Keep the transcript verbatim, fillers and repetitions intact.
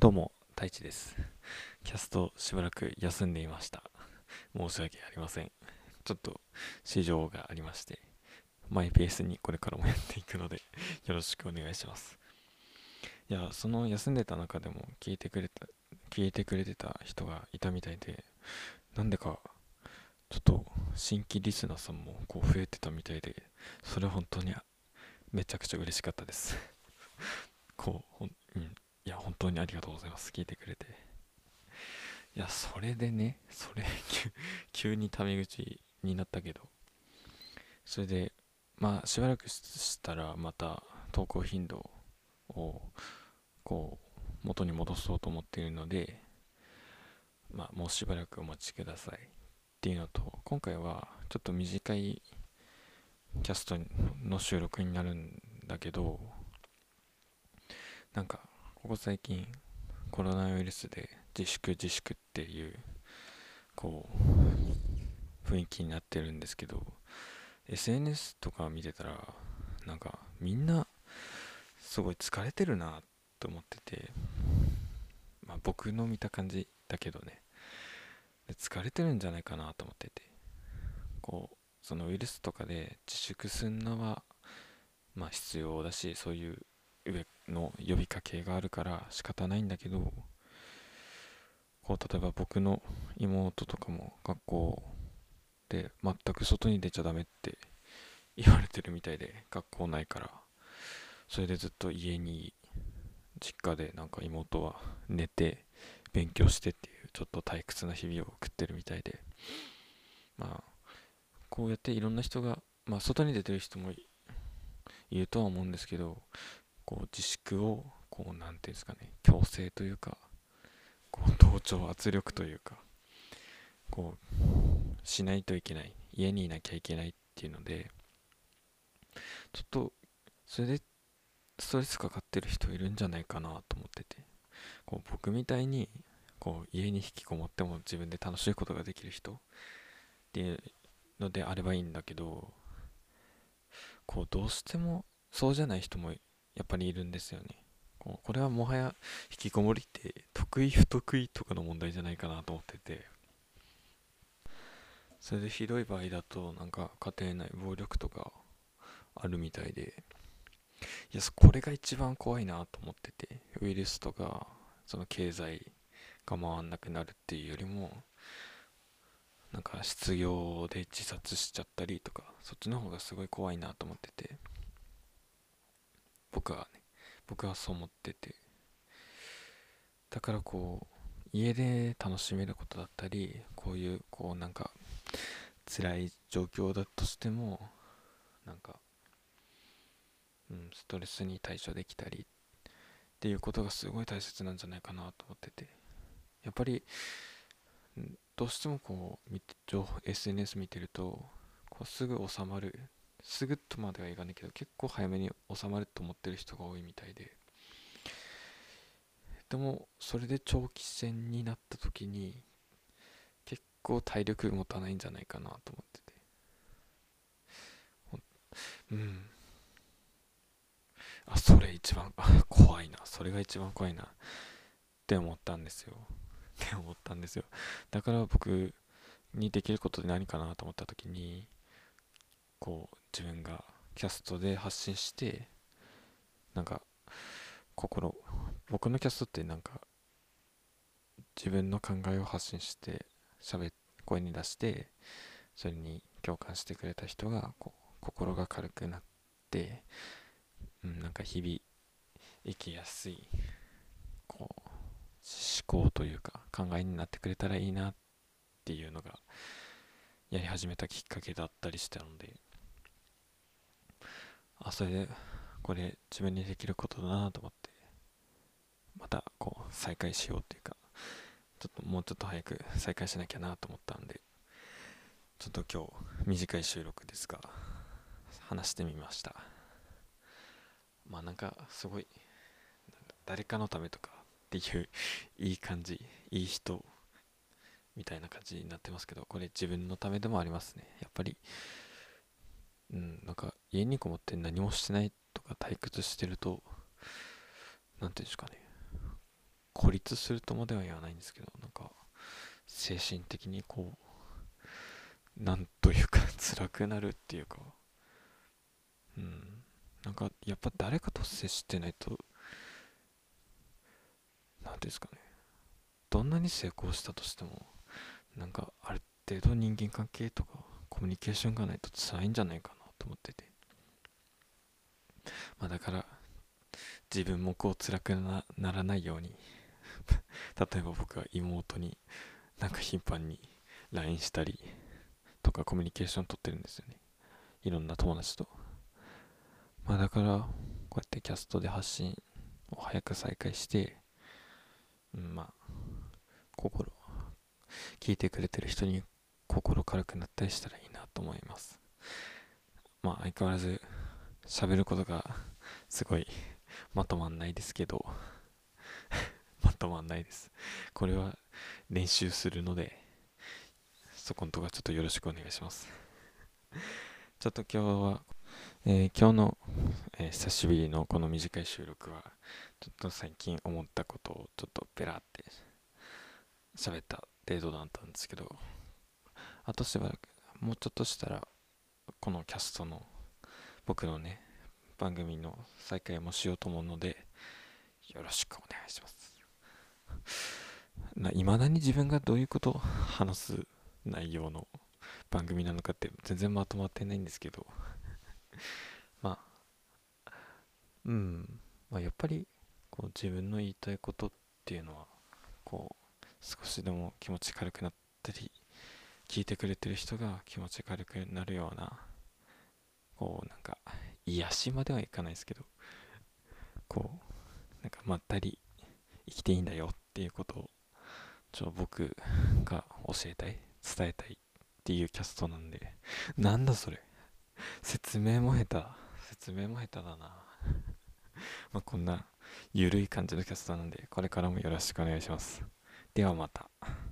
どうも、太一です。キャストしばらく休んでいました。申し訳ありません。ちょっと事情がありまして、マイペースにこれからもやっていくので、よろしくお願いします。いや、その休んでた中でも聞いてくれた、聞いてくれてた人がいたみたいで、なんでか、ちょっと新規リスナーさんもこう増えてたみたいで、それは本当にめちゃくちゃ嬉しかったです。こう、ほん、うん。いや、本当にありがとうございます。聞いてくれて。いや、それでね、それ急、急にタメ口になったけど、それで、まあ、しばらくしたら、また投稿頻度を、こう、元に戻そうと思っているので、まあ、もうしばらくお待ちください。っていうのと、今回は、ちょっと短いキャストの収録になるんだけど、なんか、ここ最近、コロナウイルスで自粛自粛っていう、こう、雰囲気になってるんですけど、エスエヌエス とか見てたら、なんかみんなすごい疲れてるなと思ってて、まあ僕の見た感じだけどね、で疲れてるんじゃないかなと思ってて、こう、そのウイルスとかで自粛すんのは、まあ必要だし、そういう上の呼びかけがあるから仕方ないんだけど、こう、例えば僕の妹とかも学校で全く外に出ちゃダメって言われてるみたいで、学校ないから、それでずっと家に実家でなんか妹は寝て勉強してっていうちょっと退屈な日々を送ってるみたいで、まあこうやっていろんな人が、まあ外に出てる人もいるとは思うんですけど、こう自粛をこうなんていうんですかね、強制というか、こう同調圧力というか、こうしないといけない、家にいなきゃいけないっていうので、ちょっとそれでストレスかかってる人いるんじゃないかなと思ってて、こう僕みたいにこう家に引きこもっても自分で楽しいことができる人っていうのであればいいんだけど、こうどうしてもそうじゃない人もやっぱりいるんですよね。こうこれはもはや引きこもりって得意不得意とかの問題じゃないかなと思ってて、それでひどい場合だとなんか家庭内暴力とかあるみたいで、いやこれが一番怖いなと思ってて、ウイルスとかその経済が回んなくなるっていうよりも、なんか失業で自殺しちゃったりとか、そっちの方がすごい怖いなと思ってて、僕はね、僕はそう思ってて、だからこう、家で楽しめることだったり、こういう、こうなんか、辛い状況だとしても、なんか、うん、ストレスに対処できたりっていうことがすごい大切なんじゃないかなと思ってて、やっぱり、どうしてもこう、情報 エスエヌエス 見てると、こうすぐ収まる、すぐとまではいかないけど、結構早めに収まると思ってる人が多いみたいで、でもそれで長期戦になった時に結構体力持たないんじゃないかなと思ってて、うん、あ、それ一番、あ、怖いな、それが一番怖いなって思ったんですよ。って思ったんですよ。だから僕にできることで何かなと思った時に、こう自分がキャストで発信して、なんか心、僕のキャストってなんか自分の考えを発信して喋っ声に出して、それに共感してくれた人がこう心が軽くなって、うん、なんか日々生きやすいこう思考というか考えになってくれたらいいなっていうのがやり始めたきっかけだったりしたので、あ、それでこれ自分にできることだなと思って、またこう再開しようっていうか、ちょっともうちょっと早く再開しなきゃなと思ったんで、ちょっと今日短い収録ですが話してみました。まあなんかすごい誰かのためとかっていういい感じ、いい人みたいな感じになってますけど、これ自分のためでもありますね。やっぱり、うん、なんか家にこもって何もしてないとか退屈してると、なんていうんですかね、孤立するとまでは言わないんですけど、なんか精神的にこうなんというか辛くなるっていうか、うん、なんかやっぱ誰かと接してないと、なんていうんですかね、どんなに成功したとしても、なんかある程度人間関係とかコミュニケーションがないと辛いんじゃないかなと思ってて、まあ、だから自分もこう辛くな、ならないように例えば僕は妹になんか頻繁に ライン したりとかコミュニケーション取ってるんですよね、いろんな友達と。まあだからこうやってキャストで発信を早く再開して、うん、まあ心聞いてくれてる人に心軽くなったりしたらいいなと思います。まあ相変わらず喋ることがすごいまとまんないですけどまとまんないです。これは練習するので、そこのとこはちょっとよろしくお願いします。ちょっと今日は、えー今日の、えー久しぶりのこの短い収録は、ちょっと最近思ったことをちょっとペラって喋った程度だったんですけど、あとしばらく、もうちょっとしたら、このキャストの僕のね、番組の再開もしようと思うので、よろしくお願いします。いまだに自分がどういうことを話す内容の番組なのかって全然まとまってないんですけど、まあ、うん、まあ、やっぱりこう自分の言いたいことっていうのは、こう、少しでも気持ち軽くなったり、聞いてくれてる人が気持ち軽くなるような、こう、なんか、癒しまではいかないですけど、こう、なんかまったり生きていいんだよっていうことを、ちょ僕が教えたい、伝えたいっていうキャストなんで、なんだそれ。説明も下手。説明も下手だな。まあ、こんなゆるい感じのキャストなんで、これからもよろしくお願いします。ではまた。